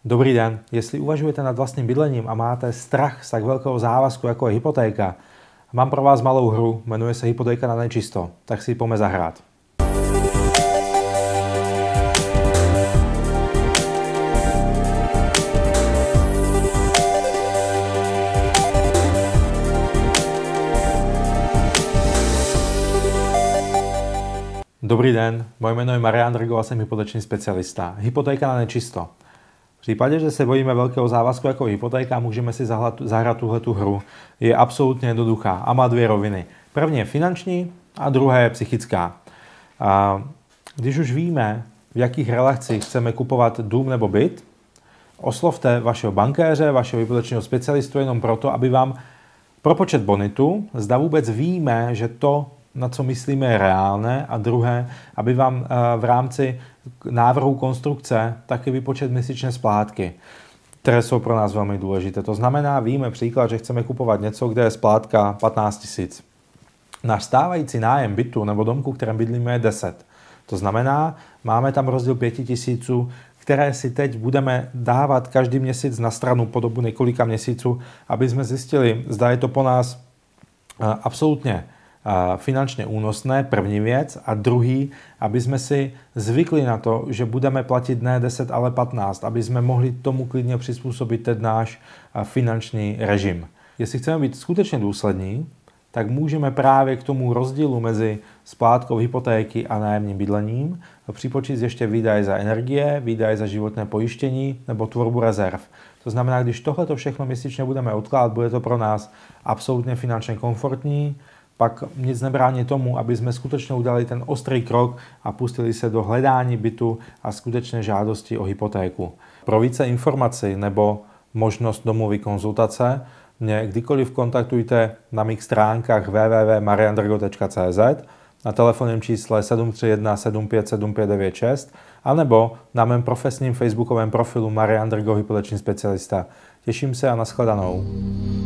Dobrý den, jestli uvažujete nad vlastním bydlením a máte strach z tak velkého závazku, jako je hypotéka, mám pro vás malou hru, jmenuje se Hypotéka na nečisto, tak si ji pojďme zahrát. Dobrý den, moje jméno je Marian Drgo a jsem hypoteční specialista. Hypotéka na nečisto. V případě, že se bojíme velkého závazku jako hypotéka, můžeme si zahrát tuhletu hru. Je absolutně jednoduchá a má dvě roviny. První je finanční a druhá je psychická. Když už víme, v jakých relacích chceme kupovat dům nebo byt, oslovte vašeho bankéře, vašeho hypotečního specialistu jenom proto, aby vám propočet bonitu, zda vůbec víme, že to, na co myslíme, je reálné, a druhé, aby vám v rámci návrhu konstrukce taky vypočet měsíčné splátky, které jsou pro nás velmi důležité. To znamená, víme příklad, že chceme kupovat něco, kde je splátka 15 000. Náš stávající nájem bytu nebo domku, v kterém bydlíme, je 10. To znamená, máme tam rozdíl 5 000, které si teď budeme dávat každý měsíc na stranu po dobu několika měsíců, aby jsme zjistili, zda je to po nás absolutně finančně únosné, první věc, a druhý, aby jsme si zvykli na to, že budeme platit ne 10, ale 15, aby jsme mohli tomu klidně přizpůsobit ten náš finanční režim. Jestli chceme být skutečně důslední, tak můžeme právě k tomu rozdílu mezi splátkou hypotéky a nájemním bydlením připočíst ještě výdaje za energie, výdaje za životné pojištění nebo tvorbu rezerv. To znamená, když tohleto všechno měsíčně budeme odkládat, bude to pro nás absolutně finančně komfortní, pak nic nebrání tomu, aby jsme skutečně udělali ten ostrý krok a pustili se do hledání bytu a skutečné žádosti o hypotéku. Pro více informací nebo možnost domluvy konzultace mě kdykoliv kontaktujte na mých stránkách www.mariandrgo.cz, na telefonním čísle 731 75 7596 anebo na mém profesním facebookovém profilu Marian Drgo, hypoteční specialista. Těším se a nashledanou.